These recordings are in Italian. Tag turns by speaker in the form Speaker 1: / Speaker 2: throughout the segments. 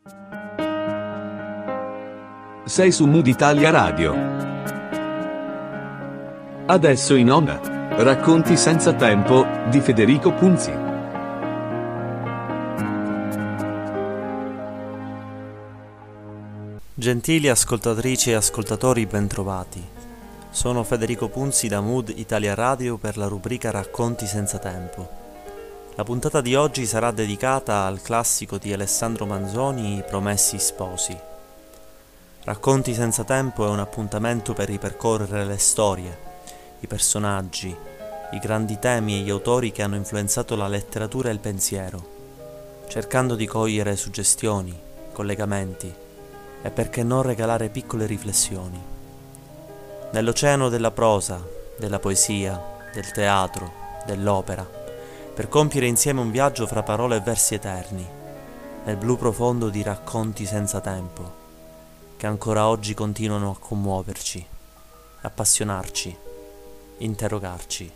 Speaker 1: Sei su Mood Italia Radio. Adesso in onda, Racconti senza tempo, di Federico Punzi.
Speaker 2: Gentili ascoltatrici e ascoltatori, bentrovati. Sono Federico Punzi da Mood Italia Radio per la rubrica Racconti senza tempo. La puntata di oggi sarà dedicata al classico di Alessandro Manzoni, I Promessi Sposi. Racconti senza tempo è un appuntamento per ripercorrere le storie, i personaggi, i grandi temi e gli autori che hanno influenzato la letteratura e il pensiero, cercando di cogliere suggestioni, collegamenti e perché non regalare piccole riflessioni. Nell'oceano della prosa, della poesia, del teatro, dell'opera, per compiere insieme un viaggio fra parole e versi eterni, nel blu profondo di racconti senza tempo, che ancora oggi continuano a commuoverci, appassionarci, interrogarci.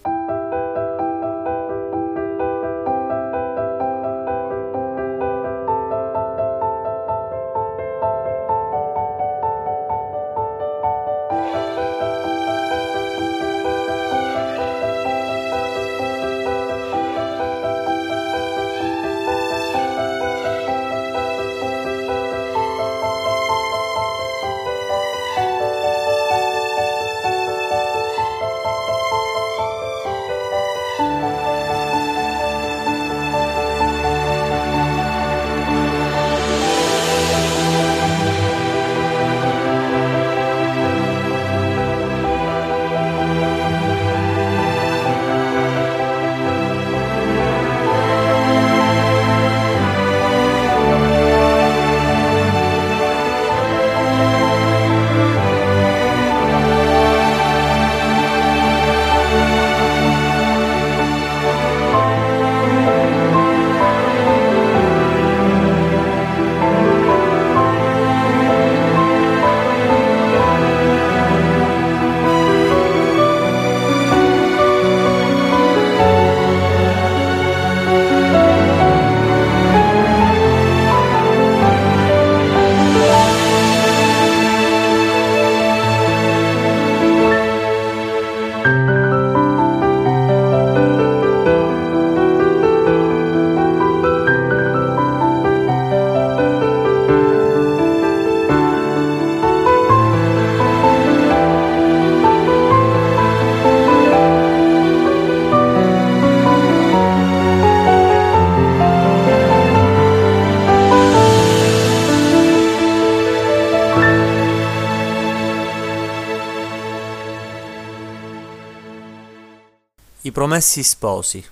Speaker 2: I Promessi Sposi.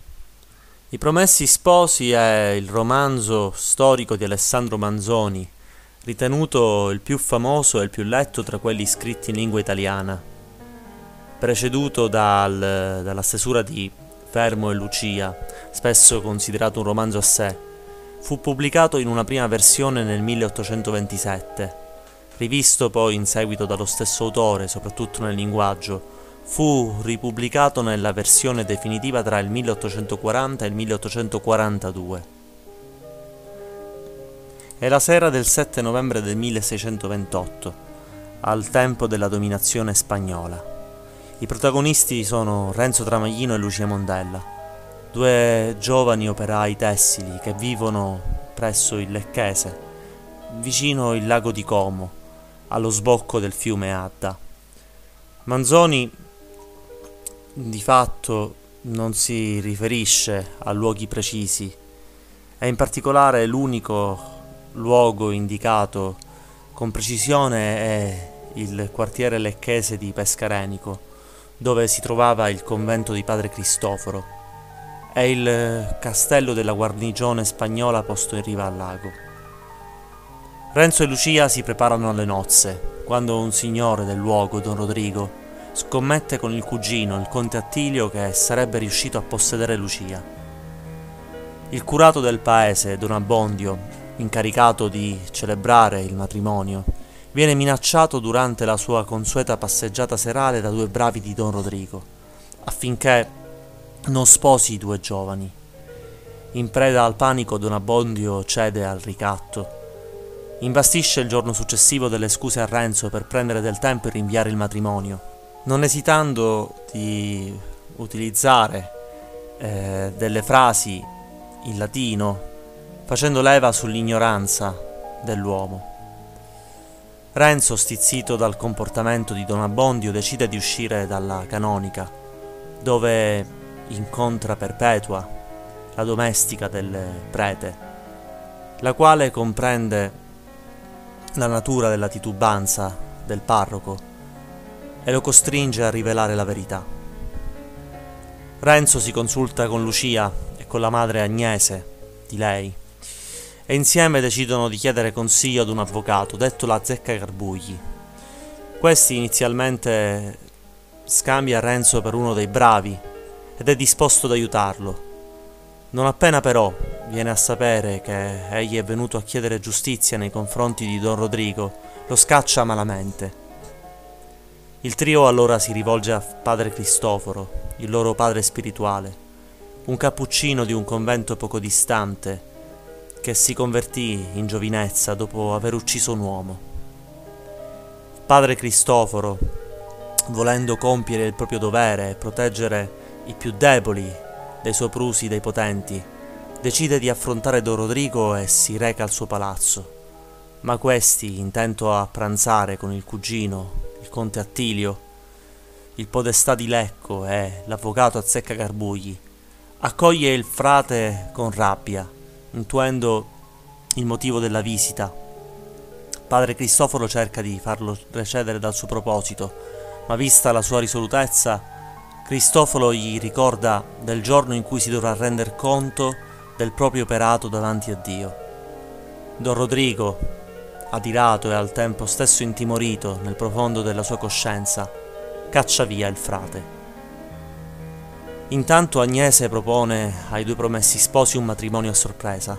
Speaker 2: I Promessi Sposi è il romanzo storico di Alessandro Manzoni, ritenuto il più famoso e il più letto tra quelli scritti in lingua italiana, preceduto dalla stesura di Fermo e Lucia, spesso considerato un romanzo a sé. Fu pubblicato in una prima versione nel 1827, rivisto poi in seguito dallo stesso autore, soprattutto nel linguaggio. Fu ripubblicato nella versione definitiva tra il 1840 e il 1842. È la sera del 7 novembre del 1628, al tempo della dominazione spagnola. I protagonisti sono Renzo Tramaglino e Lucia Mondella, due giovani operai tessili che vivono presso il Lecchese, vicino il lago di Como, allo sbocco del fiume Adda. Manzoni di fatto non si riferisce a luoghi precisi, e in particolare l'unico luogo indicato con precisione è il quartiere lecchese di Pescarenico, dove si trovava il convento di Padre Cristoforo e il castello della guarnigione spagnola posto in riva al lago. Renzo e Lucia si preparano alle nozze, quando un signore del luogo, Don Rodrigo, scommette con il cugino, il conte Attilio, che sarebbe riuscito a possedere Lucia. Il curato del paese, Don Abbondio, incaricato di celebrare il matrimonio, viene minacciato durante la sua consueta passeggiata serale da due bravi di Don Rodrigo, affinché non sposi i due giovani. In preda al panico, Don Abbondio cede al ricatto. Imbastisce il giorno successivo delle scuse a Renzo per prendere del tempo e rinviare il matrimonio, non esitando di utilizzare delle frasi in latino, facendo leva sull'ignoranza dell'uomo. Renzo, stizzito dal comportamento di Don Abbondio, decide di uscire dalla canonica, dove incontra Perpetua, la domestica del prete, la quale comprende la natura della titubanza del parroco e lo costringe a rivelare la verità. Renzo si consulta con Lucia e con la madre Agnese di lei e insieme decidono di chiedere consiglio ad un avvocato, detto la Zeccagarbugli. Questi inizialmente scambia Renzo per uno dei bravi ed è disposto ad aiutarlo. Non appena però viene a sapere che egli è venuto a chiedere giustizia nei confronti di Don Rodrigo, lo scaccia malamente. Il trio allora si rivolge a padre Cristoforo, il loro padre spirituale, un cappuccino di un convento poco distante, che si convertì in giovinezza dopo aver ucciso un uomo. Padre Cristoforo, volendo compiere il proprio dovere e proteggere i più deboli dei soprusi dei potenti, decide di affrontare Don Rodrigo e si reca al suo palazzo. Ma questi, intento a pranzare con il cugino, il conte Attilio, il podestà di Lecco e l'avvocato Azzeccagarbugli, accoglie il frate con rabbia, intuendo il motivo della visita. Padre Cristoforo cerca di farlo recedere dal suo proposito, ma vista la sua risolutezza, Cristoforo gli ricorda del giorno in cui si dovrà render conto del proprio operato davanti a Dio. Don Rodrigo, adirato e al tempo stesso intimorito nel profondo della sua coscienza, caccia via il frate. Intanto Agnese propone ai due promessi sposi un matrimonio a sorpresa.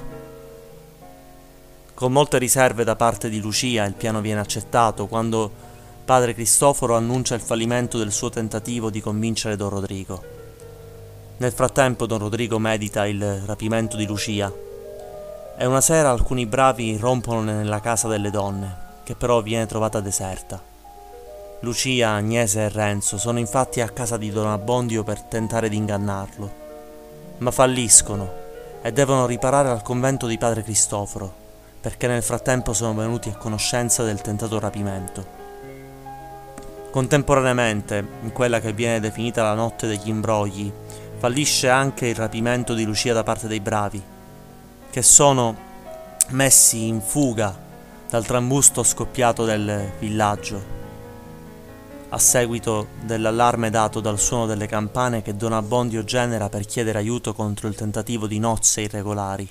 Speaker 2: Con molte riserve da parte di Lucia il piano viene accettato quando padre Cristoforo annuncia il fallimento del suo tentativo di convincere Don Rodrigo. Nel frattempo Don Rodrigo medita il rapimento di Lucia e una sera alcuni bravi rompono nella casa delle donne, che però viene trovata deserta. Lucia, Agnese e Renzo sono infatti a casa di Don Abbondio per tentare di ingannarlo, ma falliscono e devono riparare al convento di padre Cristoforo, perché nel frattempo sono venuti a conoscenza del tentato rapimento. Contemporaneamente, in quella che viene definita la notte degli imbrogli, fallisce anche il rapimento di Lucia da parte dei bravi, che sono messi in fuga dal trambusto scoppiato del villaggio, a seguito dell'allarme dato dal suono delle campane che Don Abbondio genera per chiedere aiuto contro il tentativo di nozze irregolari.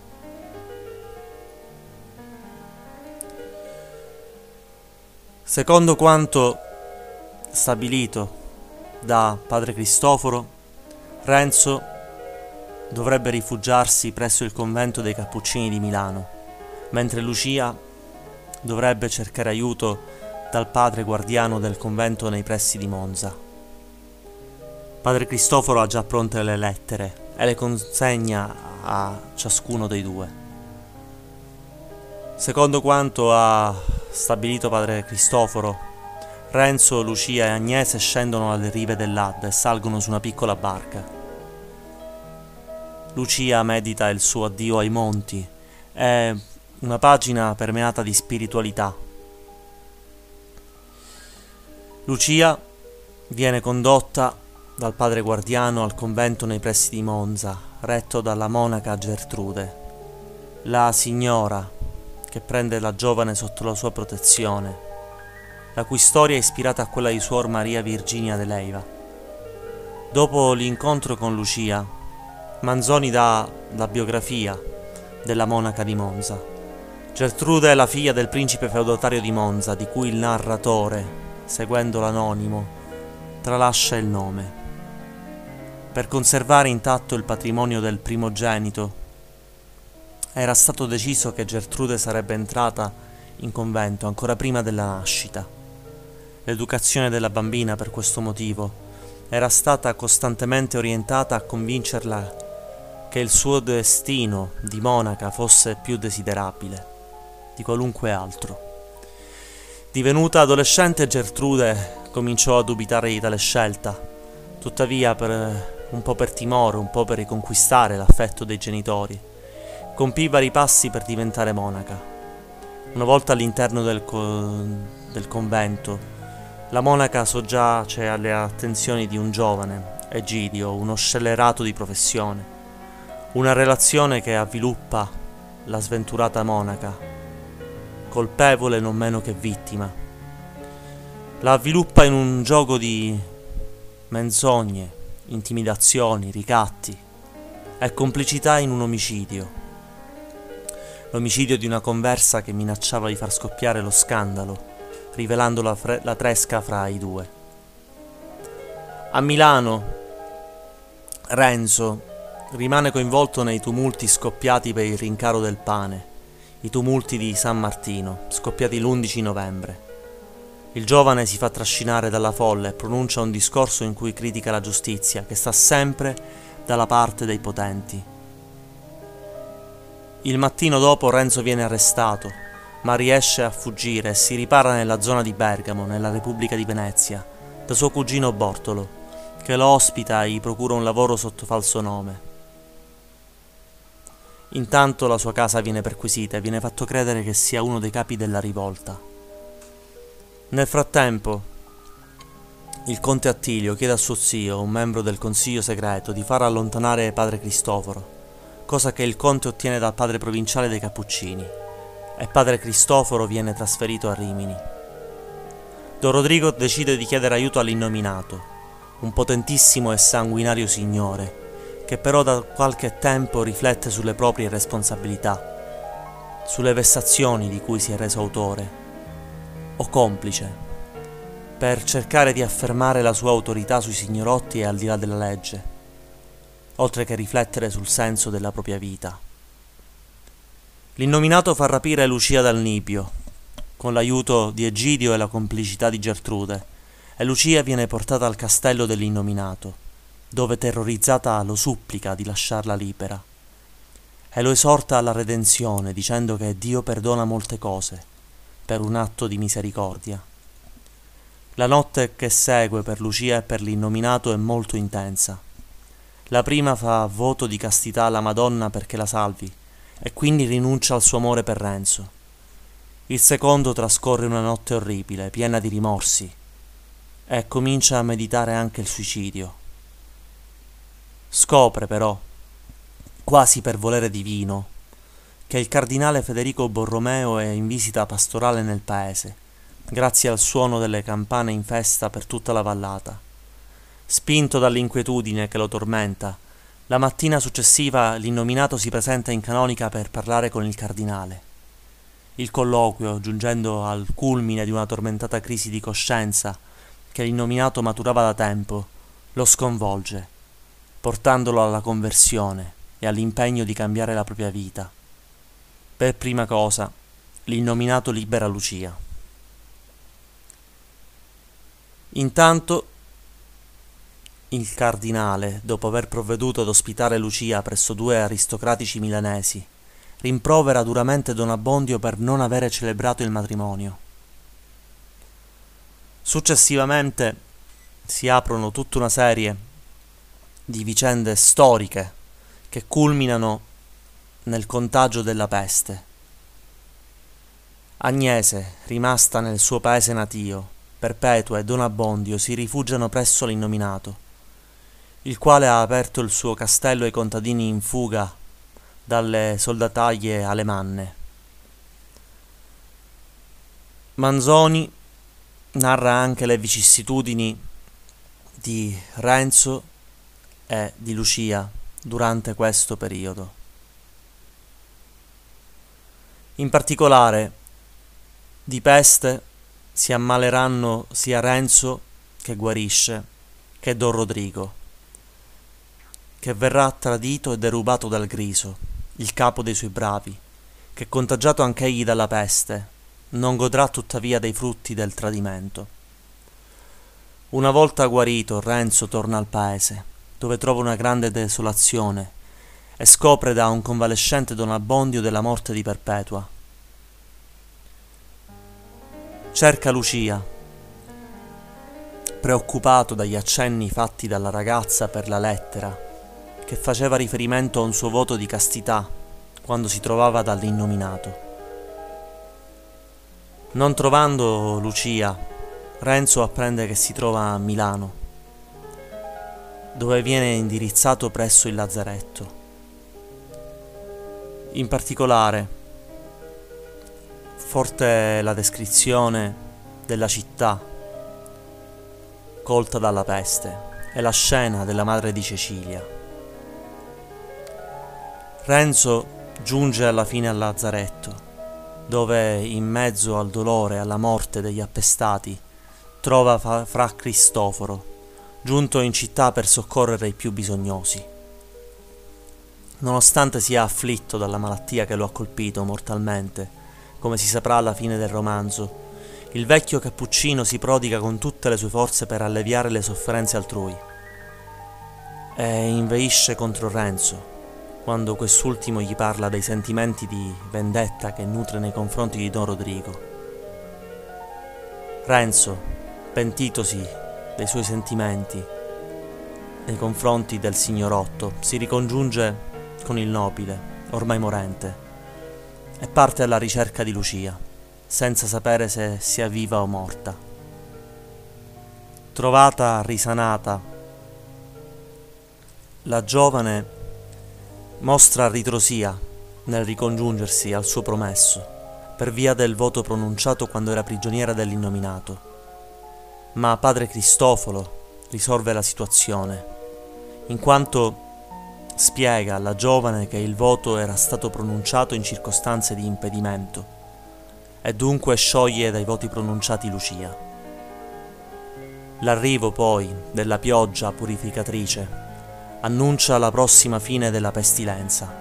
Speaker 2: Secondo quanto stabilito da padre Cristoforo, Renzo dovrebbe rifugiarsi presso il convento dei Cappuccini di Milano, mentre Lucia dovrebbe cercare aiuto dal padre guardiano del convento nei pressi di Monza. Padre Cristoforo ha già pronte le lettere e le consegna a ciascuno dei due. Secondo quanto ha stabilito padre Cristoforo, Renzo, Lucia e Agnese scendono alle rive dell'Adda e salgono su una piccola barca. Lucia medita il suo addio ai monti, è una pagina permeata di spiritualità. Lucia viene condotta dal padre guardiano al convento nei pressi di Monza, retto dalla monaca Gertrude, la signora che prende la giovane sotto la sua protezione, la cui storia è ispirata a quella di Suor Maria Virginia de Leyva. Dopo l'incontro con Lucia, Manzoni dà la biografia della monaca di Monza. Gertrude è la figlia del principe feudatario di Monza, di cui il narratore, seguendo l'anonimo, tralascia il nome. Per conservare intatto il patrimonio del primogenito, era stato deciso che Gertrude sarebbe entrata in convento ancora prima della nascita. L'educazione della bambina, per questo motivo, era stata costantemente orientata a convincerla che il suo destino di monaca fosse più desiderabile di qualunque altro. Divenuta adolescente, Gertrude cominciò a dubitare di tale scelta, tuttavia un po' per timore, un po' per riconquistare l'affetto dei genitori, compì vari passi per diventare monaca. Una volta all'interno del convento, la monaca soggiace alle attenzioni di un giovane, Egidio, uno scellerato di professione, una relazione che avviluppa la sventurata monaca, colpevole non meno che vittima. La avviluppa in un gioco di menzogne, intimidazioni, ricatti e complicità in un omicidio. L'omicidio di una conversa che minacciava di far scoppiare lo scandalo, rivelando la tresca fra i due. A Milano, Renzo rimane coinvolto nei tumulti scoppiati per il rincaro del pane, i tumulti di San Martino, scoppiati l'11 novembre. Il giovane si fa trascinare dalla folla e pronuncia un discorso in cui critica la giustizia, che sta sempre dalla parte dei potenti. Il mattino dopo Renzo viene arrestato, ma riesce a fuggire e si ripara nella zona di Bergamo, nella Repubblica di Venezia, da suo cugino Bortolo, che lo ospita e gli procura un lavoro sotto falso nome. Intanto la sua casa viene perquisita e viene fatto credere che sia uno dei capi della rivolta. Nel frattempo, il conte Attilio chiede a suo zio, un membro del consiglio segreto, di far allontanare padre Cristoforo, cosa che il conte ottiene dal padre provinciale dei Cappuccini, e padre Cristoforo viene trasferito a Rimini. Don Rodrigo decide di chiedere aiuto all'innominato, un potentissimo e sanguinario signore, che però da qualche tempo riflette sulle proprie responsabilità, sulle vessazioni di cui si è reso autore, o complice, per cercare di affermare la sua autorità sui signorotti e al di là della legge, oltre che riflettere sul senso della propria vita. L'innominato fa rapire Lucia dal Nibio, con l'aiuto di Egidio e la complicità di Gertrude, e Lucia viene portata al castello dell'innominato, dove terrorizzata lo supplica di lasciarla libera, e lo esorta alla redenzione, dicendo che Dio perdona molte cose, per un atto di misericordia. La notte che segue per Lucia e per l'innominato è molto intensa. La prima fa voto di castità alla Madonna perché la salvi, e quindi rinuncia al suo amore per Renzo. Il secondo trascorre una notte orribile, piena di rimorsi, e comincia a meditare anche il suicidio. Scopre però, quasi per volere divino, che il cardinale Federico Borromeo è in visita pastorale nel paese, grazie al suono delle campane in festa per tutta la vallata. Spinto dall'inquietudine che lo tormenta, la mattina successiva l'innominato si presenta in canonica per parlare con il cardinale. Il colloquio, giungendo al culmine di una tormentata crisi di coscienza che l'innominato maturava da tempo, lo sconvolge, portandolo alla conversione e all'impegno di cambiare la propria vita. Per prima cosa, l'innominato libera Lucia. Intanto, il cardinale, dopo aver provveduto ad ospitare Lucia presso due aristocratici milanesi, rimprovera duramente Don Abbondio per non avere celebrato il matrimonio. Successivamente si aprono tutta una serie di vicende storiche che culminano nel contagio della peste. Agnese, rimasta nel suo paese natio, Perpetua e Don Abbondio si rifugiano presso l'innominato, il quale ha aperto il suo castello ai contadini in fuga dalle soldataglie alemanne. Manzoni narra anche le vicissitudini di Renzo e di Lucia durante questo periodo. In particolare, di peste si ammaleranno sia Renzo, che guarisce, che Don Rodrigo, che verrà tradito e derubato dal Griso, il capo dei suoi bravi, che contagiato anch'egli dalla peste, non godrà tuttavia dei frutti del tradimento. Una volta guarito, Renzo torna al paese, dove trova una grande desolazione e scopre da un convalescente Don Abbondio della morte di Perpetua. Cerca Lucia, preoccupato dagli accenni fatti dalla ragazza per la lettera, che faceva riferimento a un suo voto di castità quando si trovava dall'innominato. Non trovando Lucia, Renzo apprende che si trova a Milano, dove viene indirizzato presso il lazzaretto. In particolare, forte la descrizione della città colta dalla peste e la scena della madre di Cecilia. Renzo giunge alla fine al lazzaretto, dove in mezzo al dolore e alla morte degli appestati trova fra Cristoforo, giunto in città per soccorrere i più bisognosi. Nonostante sia afflitto dalla malattia che lo ha colpito mortalmente, come si saprà alla fine del romanzo, il vecchio cappuccino si prodiga con tutte le sue forze per alleviare le sofferenze altrui e inveisce contro Renzo quando quest'ultimo gli parla dei sentimenti di vendetta che nutre nei confronti di Don Rodrigo. Renzo, pentitosi dei suoi sentimenti nei confronti del signorotto, si ricongiunge con il nobile, ormai morente, e parte alla ricerca di Lucia, senza sapere se sia viva o morta. Trovata risanata, la giovane mostra ritrosia nel ricongiungersi al suo promesso, per via del voto pronunciato quando era prigioniera dell'innominato. Ma padre Cristoforo risolve la situazione, in quanto spiega alla giovane che il voto era stato pronunciato in circostanze di impedimento e dunque scioglie dai voti pronunciati Lucia. L'arrivo poi della pioggia purificatrice annuncia la prossima fine della pestilenza.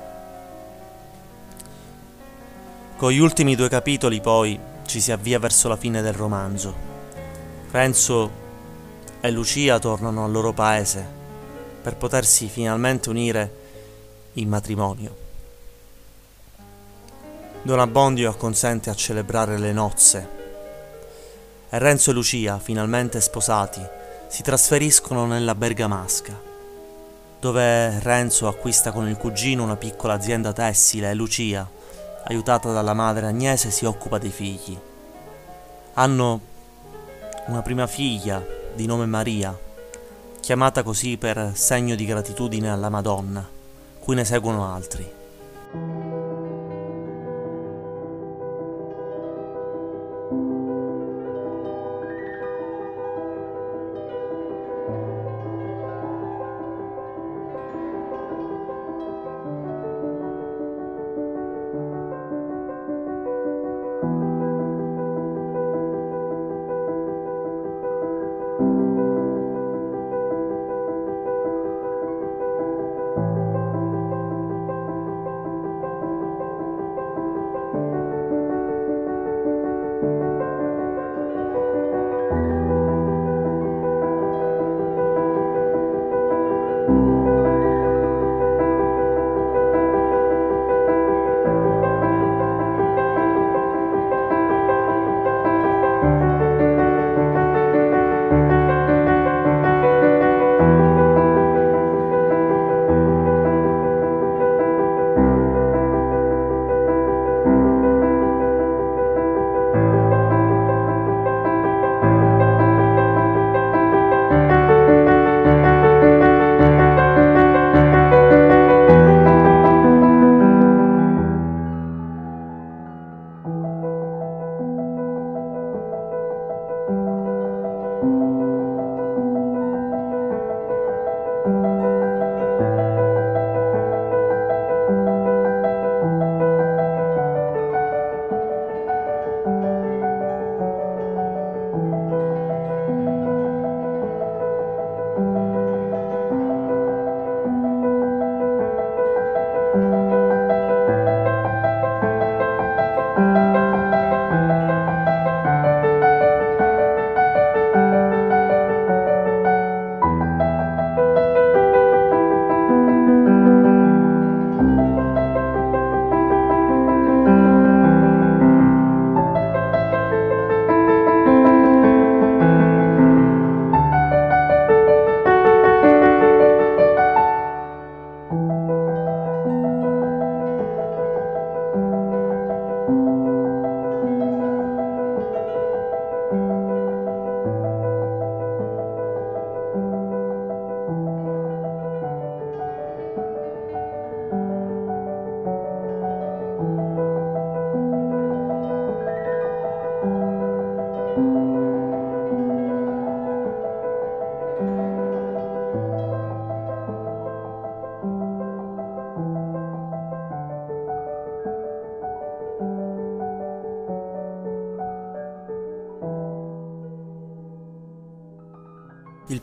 Speaker 2: Con gli ultimi 2 capitoli poi ci si avvia verso la fine del romanzo. Renzo e Lucia tornano al loro paese per potersi finalmente unire in matrimonio. Don Abbondio acconsente a celebrare le nozze e Renzo e Lucia, finalmente sposati, si trasferiscono nella Bergamasca, dove Renzo acquista con il cugino una piccola azienda tessile e Lucia, aiutata dalla madre Agnese, si occupa dei figli. Hanno una prima figlia di nome Maria, chiamata così per segno di gratitudine alla Madonna, cui ne seguono altri.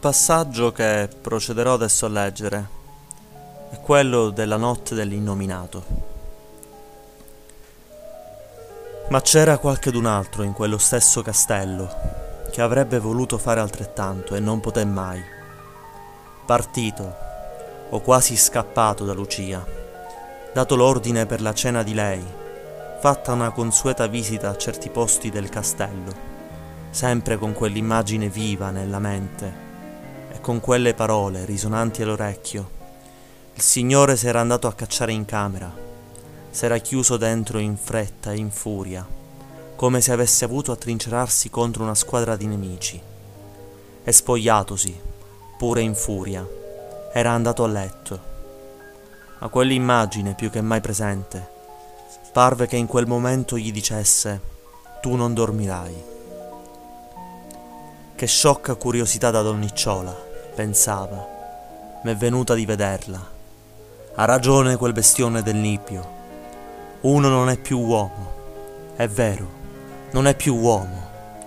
Speaker 2: passaggio che procederò adesso a leggere è quello della notte dell'innominato. Ma c'era qualchedun altro in quello stesso castello che avrebbe voluto fare altrettanto e non poté mai. Partito, o quasi scappato da Lucia, dato l'ordine per la cena di lei, fatta una consueta visita a certi posti del castello, sempre con quell'immagine viva nella mente e con quelle parole risonanti all'orecchio, il signore s'era andato a cacciare in camera, s'era chiuso dentro in fretta e in furia, come se avesse avuto a trincerarsi contro una squadra di nemici, e spogliatosi, pure in furia, era andato a letto. A quell'immagine più che mai presente, parve che in quel momento gli dicesse: tu non dormirai. Che sciocca curiosità da donnicciola, pensava, m'è venuta di vederla. Ha ragione quel bestione del Nippio. Uno non è più uomo. È vero, non è più uomo.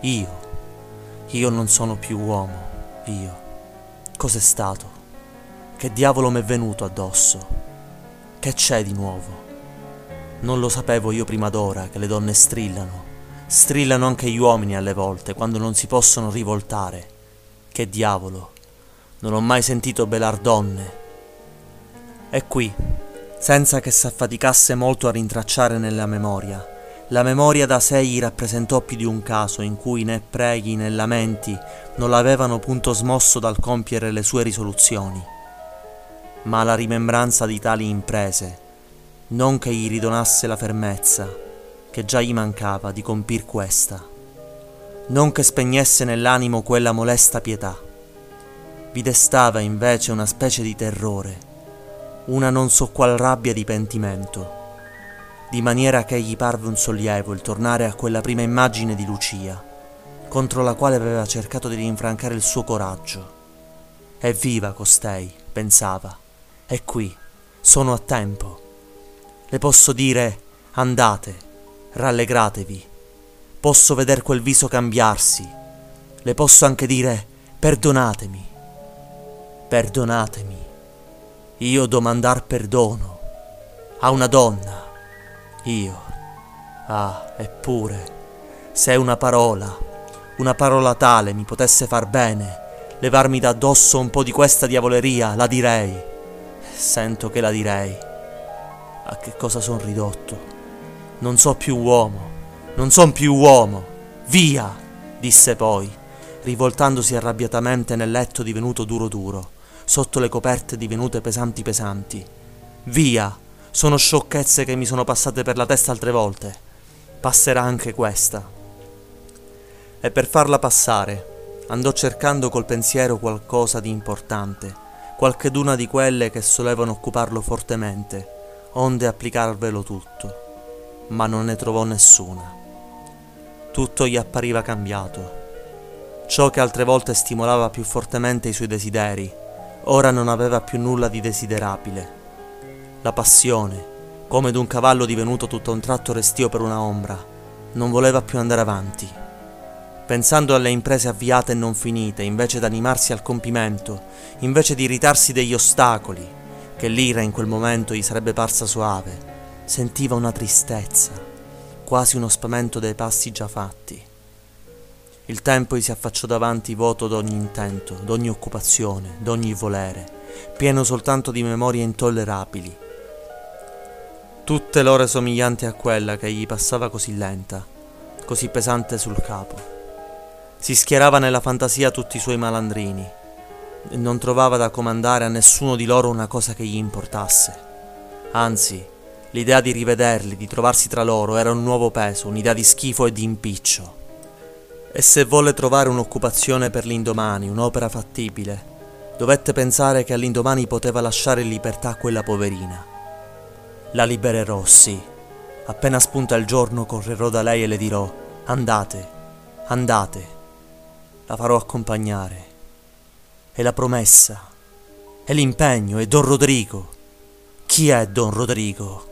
Speaker 2: Io non sono più uomo. Io. Cos'è stato? Che diavolo m'è venuto addosso? Che c'è di nuovo? Non lo sapevo io prima d'ora che le donne strillano. Strillano anche gli uomini alle volte, quando non si possono rivoltare. Che diavolo, non ho mai sentito belar donne. E qui, senza che s'affaticasse molto a rintracciare nella memoria, la memoria da sé gli rappresentò più di un caso in cui né preghi né lamenti non l'avevano punto smosso dal compiere le sue risoluzioni. Ma la rimembranza di tali imprese, non che gli ridonasse la fermezza che già gli mancava di compir questa, non che spegnesse nell'animo quella molesta pietà. Vi destava invece una specie di terrore, una non so qual rabbia di pentimento, di maniera che gli parve un sollievo il tornare a quella prima immagine di Lucia, contro la quale aveva cercato di rinfrancare il suo coraggio. È viva costei, pensava, è qui, sono a tempo. Le posso dire: andate, rallegratevi. Posso veder quel viso cambiarsi. Le posso anche dire: perdonatemi. Perdonatemi. Io domandar perdono a una donna. Io. Ah, eppure, se una parola tale mi potesse far bene, levarmi da addosso un po' di questa diavoleria, la direi. Sento che la direi. A che cosa son ridotto? Non so più uomo, non son più uomo. Via! Disse poi, rivoltandosi arrabbiatamente nel letto divenuto duro duro, sotto le coperte divenute pesanti pesanti. Via! Sono sciocchezze che mi sono passate per la testa altre volte. Passerà anche questa. E per farla passare, andò cercando col pensiero qualcosa di importante, qualcheduna di quelle che solevano occuparlo fortemente, onde applicarvelo tutto. Ma non ne trovò nessuna. Tutto gli appariva cambiato. Ciò che altre volte stimolava più fortemente i suoi desideri, ora non aveva più nulla di desiderabile. La passione, come d'un cavallo divenuto tutto a un tratto restio per una ombra, non voleva più andare avanti. Pensando alle imprese avviate e non finite, invece d'animarsi al compimento, invece di irritarsi degli ostacoli, che l'ira in quel momento gli sarebbe parsa soave, sentiva una tristezza, quasi uno spavento dei passi già fatti. Il tempo gli si affacciò davanti vuoto d'ogni intento, d'ogni occupazione, d'ogni volere, pieno soltanto di memorie intollerabili, tutte l'ore somiglianti a quella che gli passava così lenta, così pesante sul capo. Si schierava nella fantasia tutti i suoi malandrini e non trovava da comandare a nessuno di loro una cosa che gli importasse. Anzi, l'idea di rivederli, di trovarsi tra loro, era un nuovo peso, un'idea di schifo e di impiccio. E se volle trovare un'occupazione per l'indomani, un'opera fattibile, dovette pensare che all'indomani poteva lasciare in libertà quella poverina. La libererò, sì. Appena spunta il giorno correrò da lei e le dirò: andate, andate. La farò accompagnare. E la promessa, e l'impegno, e Don Rodrigo. Chi è Don Rodrigo?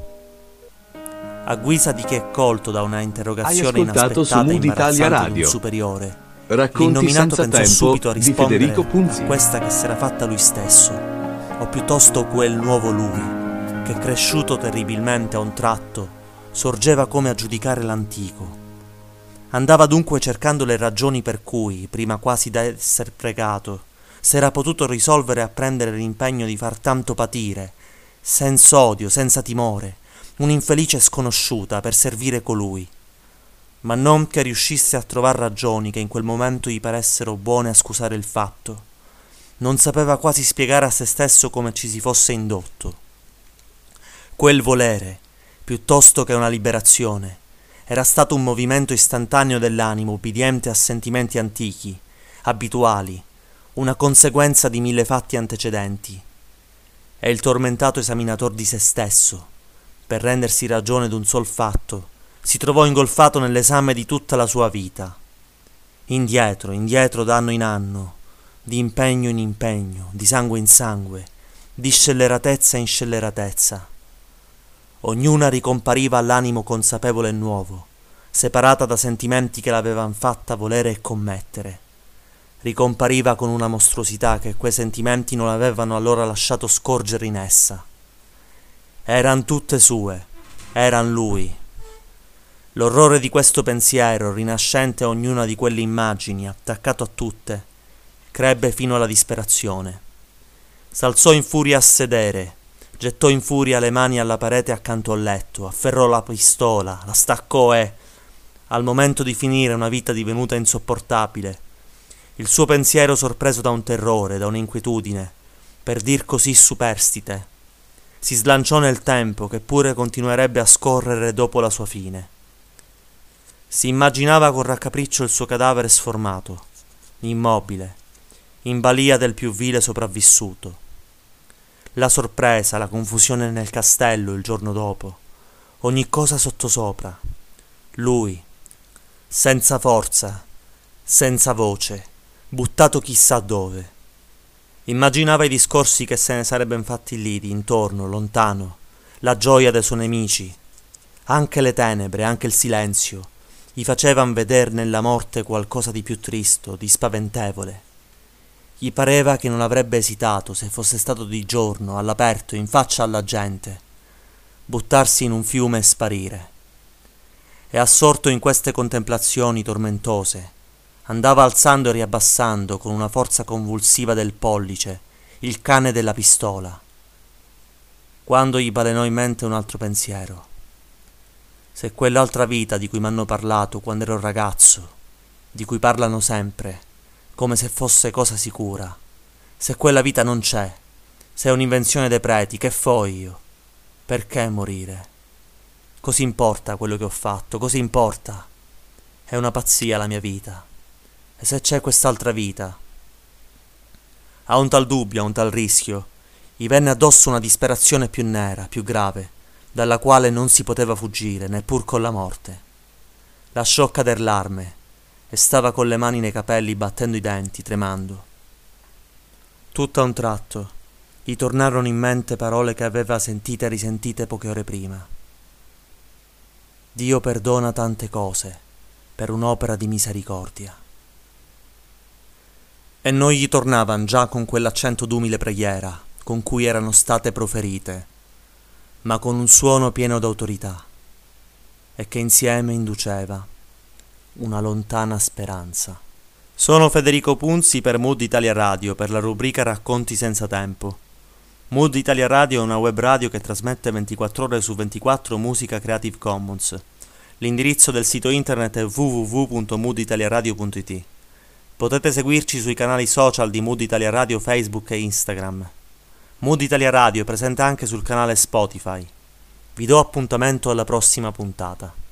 Speaker 2: A guisa di chi è colto da una interrogazione inaspettata e imbarazzante di un superiore,
Speaker 1: Racconti
Speaker 2: L'innominato
Speaker 1: senza
Speaker 2: pensò
Speaker 1: tempo
Speaker 2: subito a
Speaker 1: di
Speaker 2: rispondere
Speaker 1: Federico Punzi.
Speaker 2: a questa che s'era fatta lui stesso, o piuttosto quel nuovo lui, che cresciuto terribilmente a un tratto, sorgeva come a giudicare l'antico. Andava dunque cercando le ragioni per cui, prima quasi da esser pregato, s'era potuto risolvere a prendere l'impegno di far tanto patire, senza odio, senza timore, un'infelice sconosciuta per servire colui, ma non che riuscisse a trovar ragioni che in quel momento gli paressero buone a scusare il fatto. Non sapeva quasi spiegare a se stesso come ci si fosse indotto. Quel volere, piuttosto che una liberazione, era stato un movimento istantaneo dell'animo ubbidiente a sentimenti antichi, abituali, una conseguenza di 1000 fatti antecedenti. E il tormentato esaminator di se stesso, per rendersi ragione d'un sol fatto, si trovò ingolfato nell'esame di tutta la sua vita. Indietro, indietro d'anno in anno, di impegno in impegno, di sangue in sangue, di scelleratezza in scelleratezza. Ognuna ricompariva all'animo consapevole e nuovo, separata da sentimenti che l'avevan fatta volere e commettere. Ricompariva con una mostruosità che quei sentimenti non avevano allora lasciato scorgere in essa. Eran tutte sue, eran lui. L'orrore di questo pensiero, rinascente a ognuna di quelle immagini, attaccato a tutte, crebbe fino alla disperazione. S'alzò in furia a sedere, gettò in furia le mani alla parete accanto al letto, afferrò la pistola, la staccò e, al momento di finire una vita divenuta insopportabile, il suo pensiero sorpreso da un terrore, da un'inquietudine, per dir così superstite, si slanciò nel tempo che pure continuerebbe a scorrere dopo la sua fine. Si immaginava con raccapriccio il suo cadavere sformato, immobile, in balia del più vile sopravvissuto. La sorpresa, la confusione nel castello il giorno dopo, ogni cosa sottosopra. Lui, senza forza, senza voce, buttato chissà dove. Immaginava i discorsi che se ne sarebbero fatti lì, intorno, lontano, la gioia dei suoi nemici, anche le tenebre, anche il silenzio, gli facevan veder nella morte qualcosa di più tristo, di spaventevole. Gli pareva che non avrebbe esitato, se fosse stato di giorno, all'aperto, in faccia alla gente, buttarsi in un fiume e sparire. E assorto in queste contemplazioni tormentose, andava alzando e riabbassando con una forza convulsiva del pollice il cane della pistola, quando gli balenò in mente un altro pensiero. Se quell'altra vita di cui m'hanno parlato quando ero ragazzo, di cui parlano sempre, come se fosse cosa sicura, se quella vita non c'è, se è un'invenzione dei preti, che fo io? Perché morire? Cosa importa quello che ho fatto? Cosa importa? È una pazzia la mia vita. E se c'è quest'altra vita? A un tal dubbio, a un tal rischio, gli venne addosso una disperazione più nera, più grave, dalla quale non si poteva fuggire, neppur con la morte. Lasciò cader l'arme e stava con le mani nei capelli, battendo i denti, tremando. Tutto a un tratto gli tornarono in mente parole che aveva sentite e risentite poche ore prima. Dio perdona tante cose per un'opera di misericordia. E non gli tornavan già con quell'accento d'umile preghiera con cui erano state proferite, ma con un suono pieno d'autorità, e che insieme induceva una lontana speranza. Sono Federico Punzi per Mood Italia Radio, per la rubrica Racconti senza tempo. Mood Italia Radio è una web radio che trasmette 24 ore su 24 musica Creative Commons. L'indirizzo del sito internet è www.mooditaliaradio.it. Potete seguirci sui canali social di Mood Italia Radio, Facebook e Instagram. Mood Italia Radio è presente anche sul canale Spotify. Vi do appuntamento alla prossima puntata.